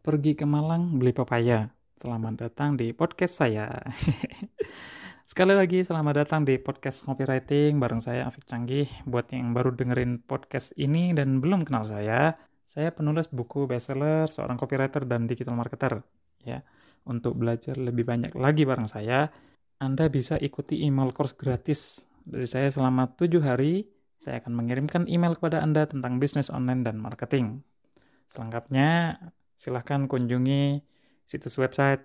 Pergi ke Malang beli pepaya. Selamat datang di podcast saya. Sekali lagi selamat datang di podcast copywriting bareng saya Afik Canggih. Buat yang baru dengerin podcast ini dan belum kenal saya penulis buku bestseller, seorang copywriter dan digital marketer. Ya, untuk belajar lebih banyak lagi bareng saya, Anda bisa ikuti email course gratis dari saya selama 7 hari. Saya akan mengirimkan email kepada Anda tentang bisnis online dan marketing. Selengkapnya, silahkan kunjungi situs website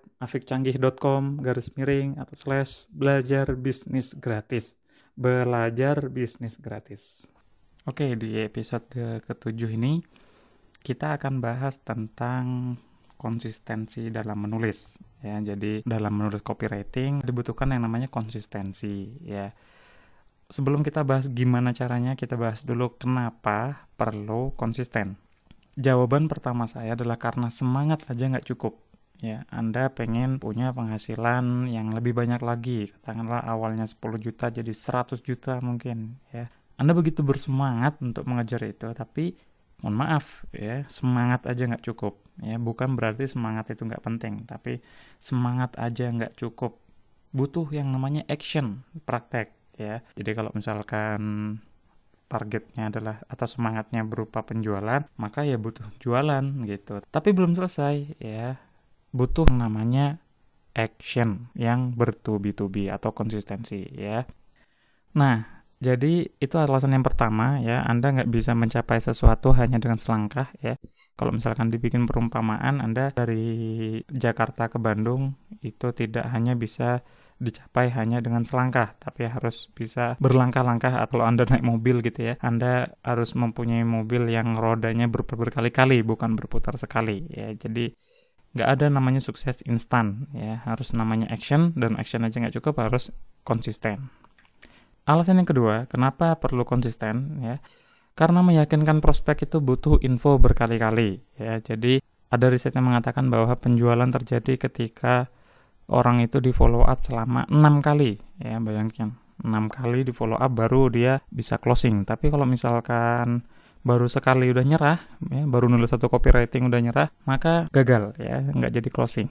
afikcanggih.com/belajar bisnis gratis. Belajar bisnis gratis. Oke, di episode ke-7 ini kita akan bahas tentang konsistensi dalam menulis. Ya, jadi dalam menulis copywriting dibutuhkan yang namanya konsistensi. Ya, sebelum kita bahas gimana caranya, kita bahas dulu kenapa perlu konsisten. Jawaban pertama saya adalah karena semangat aja nggak cukup. Ya, Anda pengen punya penghasilan yang lebih banyak lagi. Katakanlah awalnya 10 juta jadi 100 juta mungkin. Ya, Anda begitu bersemangat untuk mengejar itu, tapi mohon maaf ya, semangat aja nggak cukup. Ya, bukan berarti semangat itu nggak penting, tapi semangat aja nggak cukup. Butuh yang namanya action, praktek. Ya, jadi kalau misalkan targetnya adalah atau semangatnya berupa penjualan, maka ya butuh jualan gitu. Tapi belum selesai ya, butuh yang namanya action yang bertubi-tubi atau konsistensi ya. Nah, jadi itu alasan yang pertama ya, Anda nggak bisa mencapai sesuatu hanya dengan selangkah ya. Kalau misalkan dibikin perumpamaan, Anda dari Jakarta ke Bandung itu tidak hanya bisa dicapai hanya dengan selangkah, tapi harus bisa berlangkah-langkah. Kalau Anda naik mobil gitu ya, Anda harus mempunyai mobil yang rodanya berkali-kali, bukan berputar sekali ya. Jadi nggak ada namanya sukses instan ya, harus namanya action, dan action aja nggak cukup, harus konsisten. Alasan yang kedua, kenapa perlu konsisten ya? Karena meyakinkan prospek itu butuh info berkali-kali ya. Jadi ada riset yang mengatakan bahwa penjualan terjadi ketika orang itu di follow up selama 6 kali ya, bayangkan 6 kali di follow up baru dia bisa closing. Tapi kalau misalkan baru sekali udah nyerah ya, baru nulis satu copywriting udah nyerah, maka gagal ya, nggak jadi closing.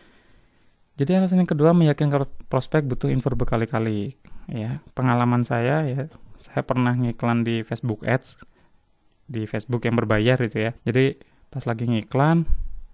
Jadi alasan yang kedua, meyakinkan prospek butuh info berkali-kali ya. Pengalaman saya ya, saya pernah ngiklan di Facebook Ads, di Facebook yang berbayar itu ya. Jadi pas lagi ngiklan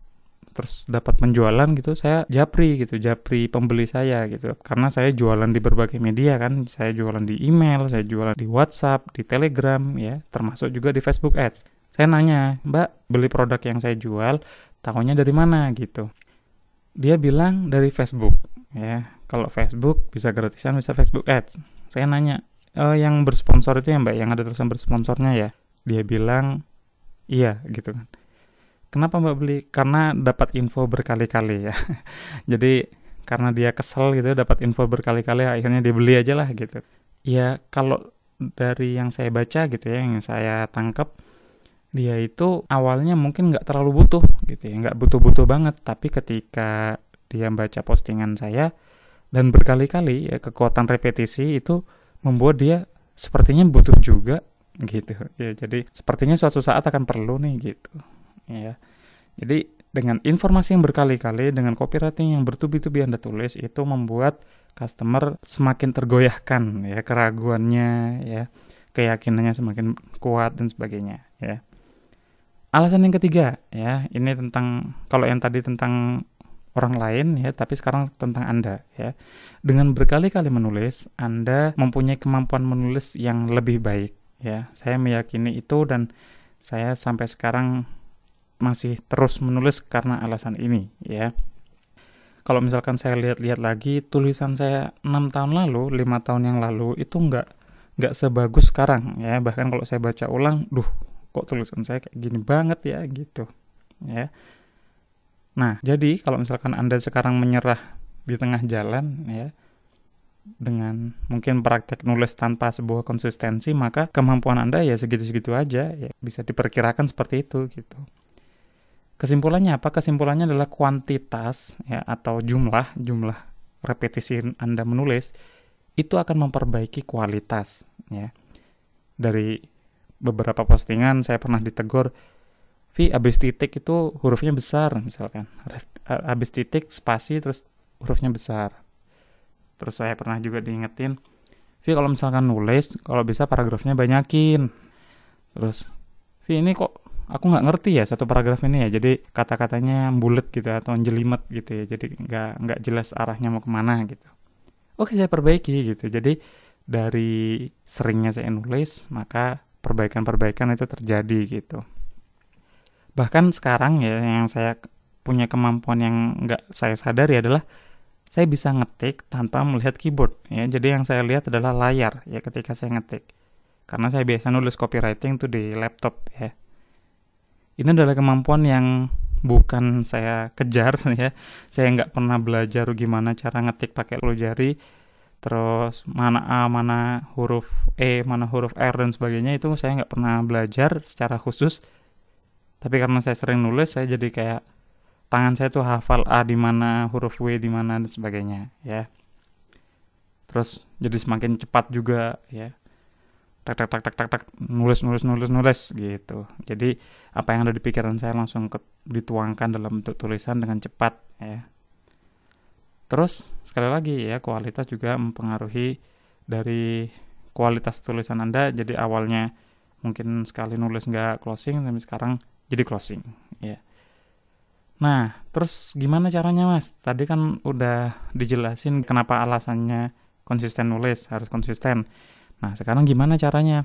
terus dapat penjualan gitu, saya japri pembeli saya gitu, karena saya jualan di berbagai media kan, saya jualan di email, saya jualan di WhatsApp, di Telegram ya, termasuk juga di Facebook Ads. Saya nanya, Mbak, beli produk yang saya jual, tahunya dari mana gitu. Dia bilang dari Facebook ya, kalau Facebook bisa gratisan, bisa Facebook Ads. Saya nanya, yang bersponsor itu ya Mbak, yang ada tulisan bersponsornya ya? Dia bilang iya gitu kan. Kenapa Mbak beli? Karena dapat info berkali-kali ya. Jadi karena dia kesel gitu, dapat info berkali-kali, akhirnya dia beli aja lah gitu. Ya kalau dari yang saya baca gitu ya, yang saya tangkap, dia itu awalnya mungkin nggak terlalu butuh gitu ya, nggak butuh-butuh banget. Tapi ketika dia baca postingan saya dan berkali-kali ya, kekuatan repetisi itu membuat dia sepertinya butuh juga gitu ya. Jadi sepertinya suatu saat akan perlu nih gitu ya. Jadi dengan informasi yang berkali-kali, dengan copywriting yang bertubi-tubi Anda tulis, itu membuat customer semakin tergoyahkan ya, keraguannya ya, keyakinannya semakin kuat dan sebagainya ya. Alasan yang ketiga ya, ini tentang, kalau yang tadi tentang orang lain ya, tapi sekarang tentang Anda ya. Dengan berkali-kali menulis, Anda mempunyai kemampuan menulis yang lebih baik ya. Saya meyakini itu, dan saya sampai sekarang masih terus menulis karena alasan ini ya. Kalau misalkan saya lihat-lihat lagi tulisan saya 6 tahun lalu, 5 tahun yang lalu itu nggak sebagus sekarang ya. Bahkan kalau saya baca ulang, kok tulisan saya kayak gini banget ya gitu ya. Nah, jadi kalau misalkan Anda sekarang menyerah di tengah jalan ya, dengan mungkin praktek nulis tanpa sebuah konsistensi, maka kemampuan Anda ya segitu-segitu aja ya, bisa diperkirakan seperti itu gitu. Kesimpulannya apa? Kesimpulannya adalah kuantitas ya, atau jumlah repetisi Anda menulis itu akan memperbaiki kualitas ya. Dari beberapa postingan saya pernah ditegur, V abis titik itu hurufnya besar misalkan. Abis titik spasi terus hurufnya besar. Terus saya pernah juga diingetin, V kalau misalkan nulis, kalau bisa paragrafnya banyakin. Terus, V ini kok aku nggak ngerti ya satu paragraf ini ya, jadi kata-katanya bulet gitu atau jelimet gitu ya, jadi nggak jelas arahnya mau kemana gitu. Oke, saya perbaiki gitu. Jadi dari seringnya saya nulis, maka perbaikan-perbaikan itu terjadi gitu. Bahkan sekarang ya, yang saya punya kemampuan yang nggak saya sadari adalah saya bisa ngetik tanpa melihat keyboard ya. Jadi yang saya lihat adalah layar ya ketika saya ngetik. Karena saya biasa nulis copywriting tuh di laptop ya. Ini adalah kemampuan yang bukan saya kejar ya. Saya nggak pernah belajar gimana cara ngetik pakai ulu jari. Terus mana A, mana huruf E, mana huruf R dan sebagainya, itu saya nggak pernah belajar secara khusus. Tapi karena saya sering nulis, saya jadi kayak tangan saya tuh hafal A di mana, huruf W di mana dan sebagainya ya. Terus jadi semakin cepat juga ya. Tak nulis gitu. Jadi apa yang ada di pikiran saya langsung dituangkan dalam bentuk tulisan dengan cepat ya. Terus sekali lagi ya, kualitas juga mempengaruhi dari kualitas tulisan Anda. Jadi awalnya mungkin sekali nulis nggak closing, tapi sekarang jadi closing ya. Nah, terus gimana caranya Mas? Tadi kan udah dijelasin kenapa alasannya konsisten nulis, harus konsisten. Nah, sekarang gimana caranya?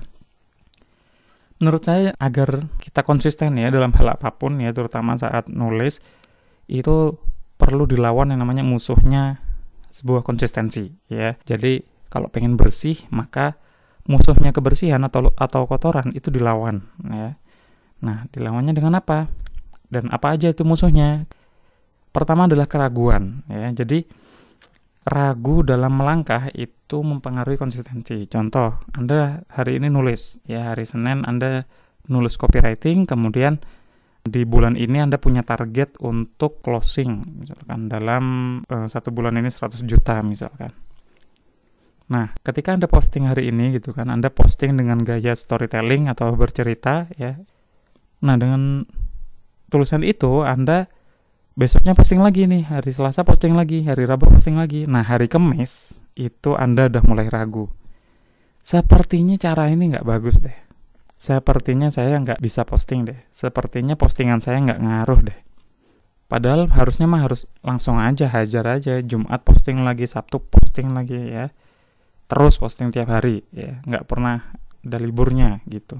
Menurut saya agar kita konsisten ya dalam hal apapun ya, terutama saat nulis, itu perlu dilawan yang namanya musuhnya sebuah konsistensi ya. Jadi, kalau pengen bersih, maka musuhnya kebersihan atau kotoran itu dilawan ya. Nah, dilawannya dengan apa? Dan apa aja itu musuhnya? Pertama adalah keraguan ya. Jadi ragu dalam melangkah itu mempengaruhi konsistensi. Contoh, Anda hari ini nulis ya, hari Senin Anda nulis copywriting, kemudian di bulan ini Anda punya target untuk closing misalkan dalam 1 bulan ini 100 juta misalkan. Nah, ketika Anda posting hari ini gitu kan, Anda posting dengan gaya storytelling atau bercerita ya. Nah, dengan tulisan itu Anda besoknya posting lagi nih, hari Selasa posting lagi, hari Rabu posting lagi. Nah, hari Kamis itu Anda udah mulai ragu. Sepertinya cara ini nggak bagus deh. Sepertinya saya nggak bisa posting deh. Sepertinya postingan saya nggak ngaruh deh. Padahal harusnya mah harus langsung aja, hajar aja. Jumat posting lagi, Sabtu posting lagi ya. Terus posting tiap hari ya, nggak pernah ada liburnya gitu.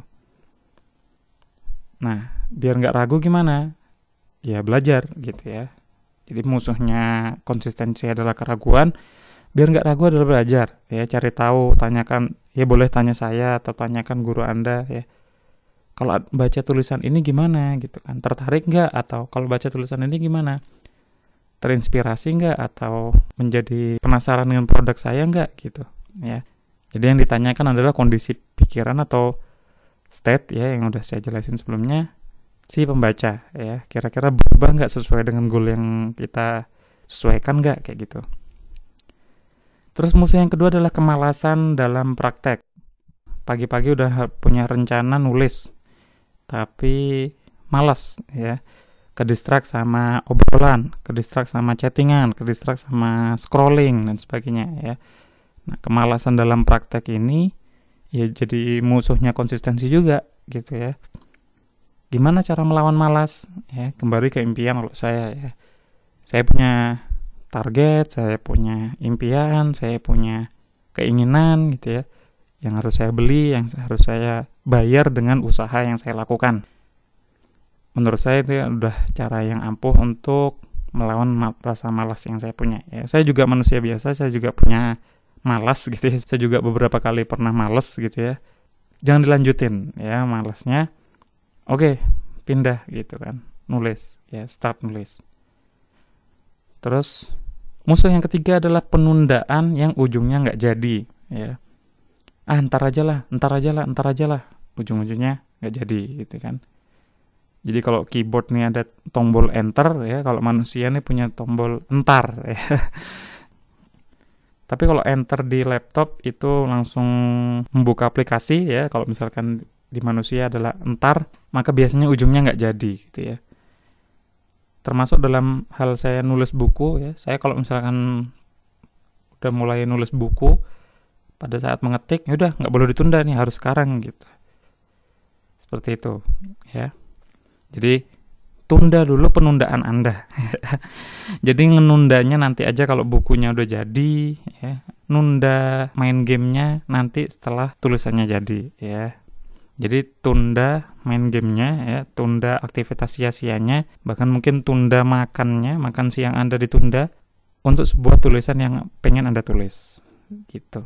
Nah, biar nggak ragu gimana? Ya belajar gitu ya. Jadi musuhnya konsistensi adalah keraguan. Biar nggak ragu adalah belajar ya. Cari tahu, tanyakan. Ya boleh tanya saya atau tanyakan guru Anda ya. Kalau baca tulisan ini gimana gitu kan? Tertarik nggak? Atau kalau baca tulisan ini gimana? Terinspirasi nggak? Atau menjadi penasaran dengan produk saya nggak gitu ya. Jadi yang ditanyakan adalah kondisi pikiran atau state ya yang udah saya jelasin sebelumnya si pembaca ya, kira-kira berubah nggak sesuai dengan goal yang kita sesuaikan nggak kayak gitu. Terus musuh yang kedua adalah kemalasan dalam praktek. Pagi-pagi udah punya rencana nulis tapi malas ya, kedistrak sama obrolan, kedistrak sama chattingan, kedistrak sama scrolling dan sebagainya ya. Nah, kemalasan dalam praktek ini ya jadi musuhnya konsistensi juga gitu ya. Gimana cara melawan malas? Ya, kembali ke impian kalau saya ya. Saya punya target, saya punya impian, saya punya keinginan gitu ya. Yang harus saya beli, yang harus saya bayar dengan usaha yang saya lakukan. Menurut saya itu udah cara yang ampuh untuk melawan rasa malas yang saya punya. Ya, saya juga manusia biasa, saya juga punya malas gitu ya. Saya juga beberapa kali pernah malas gitu ya. Jangan dilanjutin ya malasnya. Oke, pindah gitu kan. Nulis ya, start nulis. Terus musuh yang ketiga adalah penundaan yang ujungnya nggak jadi ya. Ntar aja lah. Ujung-ujungnya nggak jadi gitu kan. Jadi kalau keyboard nih ada tombol enter ya, kalau manusia nih punya tombol entar ya. Tapi kalau enter di laptop itu langsung membuka aplikasi ya. Kalau misalkan di manusia adalah entar, maka biasanya ujungnya nggak jadi gitu ya. Termasuk dalam hal saya nulis buku ya, saya kalau misalkan udah mulai nulis buku, pada saat mengetik, ya udah nggak boleh ditunda nih, harus sekarang gitu. Seperti itu ya. Jadi tunda dulu penundaan Anda. Jadi ngenundanya nanti aja kalau bukunya udah jadi ya. Nunda main gamenya nanti setelah tulisannya jadi ya. Jadi tunda main gamenya ya, tunda aktivitas sia-sianya, bahkan mungkin tunda makannya, makan siang Anda ditunda untuk sebuah tulisan yang pengen Anda tulis gitu.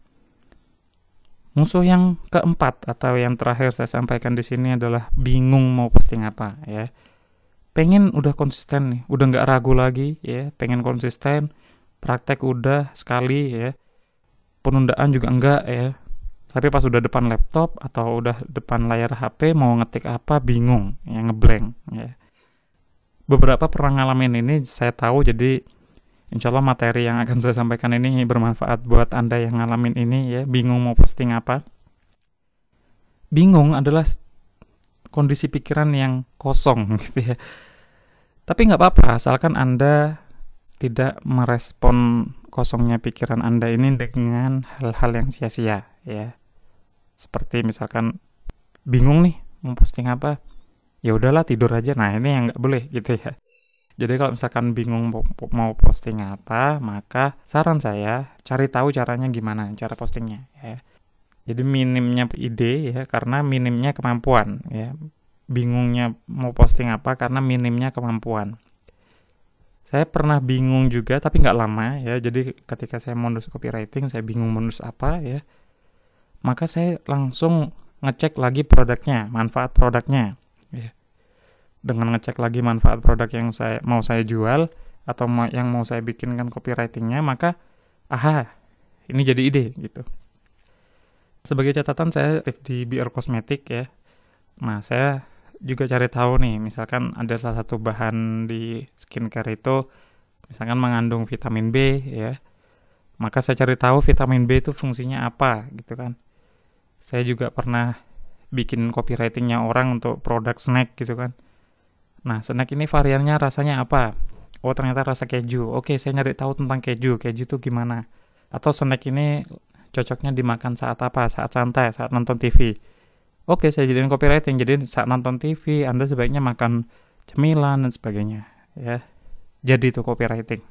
Musuh yang keempat atau yang terakhir saya sampaikan di sini adalah bingung mau posting apa ya. Pengen udah konsisten nih, udah nggak ragu lagi ya, pengen konsisten, praktek udah sekali ya, penundaan juga enggak ya. Tapi pas udah depan laptop atau udah depan layar HP mau ngetik apa bingung, ya ngeblank ya. Beberapa pernah ngalamin ini saya tahu, jadi insya Allah materi yang akan saya sampaikan ini bermanfaat buat Anda yang ngalamin ini ya, bingung mau posting apa. Bingung adalah kondisi pikiran yang kosong gitu ya. Tapi nggak apa-apa, asalkan Anda tidak merespon kosongnya pikiran Anda ini dengan hal-hal yang sia-sia ya. Seperti misalkan bingung nih mau posting apa, ya udahlah tidur aja. Nah ini yang nggak boleh gitu ya. Jadi kalau misalkan bingung mau posting apa, maka saran saya cari tahu caranya gimana, cara postingnya ya. Jadi minimnya ide ya, karena minimnya kemampuan ya. Bingungnya mau posting apa karena minimnya kemampuan. Saya pernah bingung juga tapi nggak lama ya. Jadi ketika saya mau nulis copywriting, saya bingung mau nulis apa ya. Maka saya langsung ngecek lagi produknya, manfaat produknya ya. Dengan ngecek lagi manfaat produk yang mau saya jual atau yang mau saya bikinkan copywritingnya, maka ini jadi ide gitu. Sebagai catatan, saya aktif di BR Kosmetik ya. Nah, saya juga cari tahu nih, misalkan ada salah satu bahan di skincare itu misalkan mengandung vitamin B ya. Maka saya cari tahu vitamin B itu fungsinya apa gitu kan. Saya juga pernah bikin copywritingnya orang untuk produk snack gitu kan. Nah, snack ini variannya rasanya apa? Oh, ternyata rasa keju. Oke, saya nyari tahu tentang keju. Keju itu gimana? Atau snack ini cocoknya dimakan saat apa? Saat santai, saat nonton TV. Oke, saya jadiin copywriting. Jadi saat nonton TV, Anda sebaiknya makan cemilan dan sebagainya. Ya, jadi itu copywriting.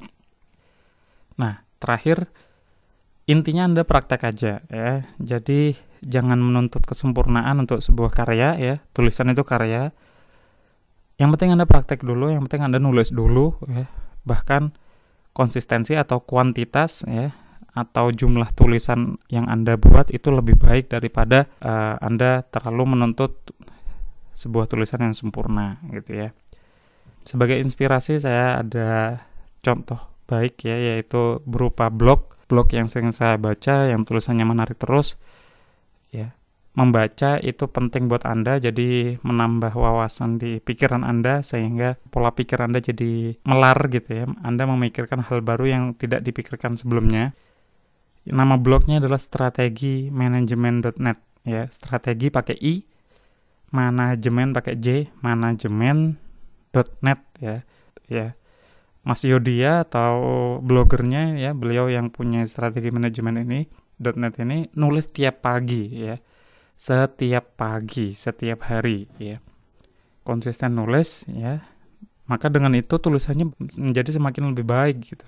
Nah, terakhir, intinya Anda praktek aja ya. Jadi jangan menuntut kesempurnaan untuk sebuah karya ya. Tulisan itu karya. Yang penting Anda praktek dulu, yang penting Anda nulis dulu ya. Bahkan konsistensi atau kuantitas ya, atau jumlah tulisan yang Anda buat itu lebih baik daripada Anda terlalu menuntut sebuah tulisan yang sempurna gitu ya. Sebagai inspirasi saya ada contoh baik ya, yaitu berupa blog yang sering saya baca, yang tulisannya menarik terus ya. Membaca itu penting buat Anda, jadi menambah wawasan di pikiran Anda sehingga pola pikir Anda jadi melar gitu ya. Anda memikirkan hal baru yang tidak dipikirkan sebelumnya. Nama blognya adalah strategimanajemen.net ya. Strategi pakai I, manajemen pakai J, manajemen.net ya. Ya. Mas Yodia atau blogernya ya, beliau yang punya strategi manajemen ini .net ini nulis tiap pagi ya. Setiap pagi, setiap hari ya. Konsisten nulis ya. Maka dengan itu tulisannya menjadi semakin lebih baik gitu.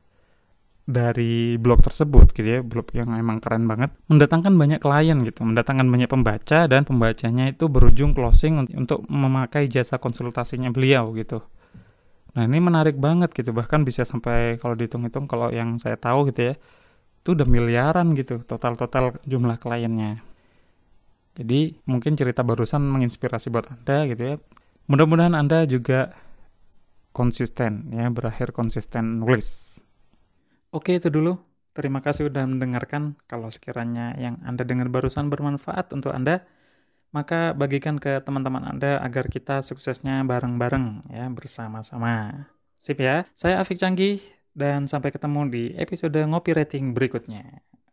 Dari blog tersebut gitu ya, blog yang emang keren banget, mendatangkan banyak klien gitu, mendatangkan banyak pembaca, dan pembacanya itu berujung closing untuk memakai jasa konsultasinya beliau gitu. Nah, ini menarik banget gitu, bahkan bisa sampai kalau dihitung-hitung, kalau yang saya tahu gitu ya, itu udah miliaran gitu total jumlah kliennya. Jadi mungkin cerita barusan menginspirasi buat Anda gitu ya. Mudah-mudahan Anda juga konsisten ya, berakhir konsisten nulis. Oke, itu dulu. Terima kasih sudah mendengarkan. Kalau sekiranya yang Anda dengar barusan bermanfaat untuk Anda, maka bagikan ke teman-teman Anda agar kita suksesnya bareng-bareng ya, bersama-sama. Sip ya. Saya Afik Canggih dan sampai ketemu di episode Ngopi Rating berikutnya.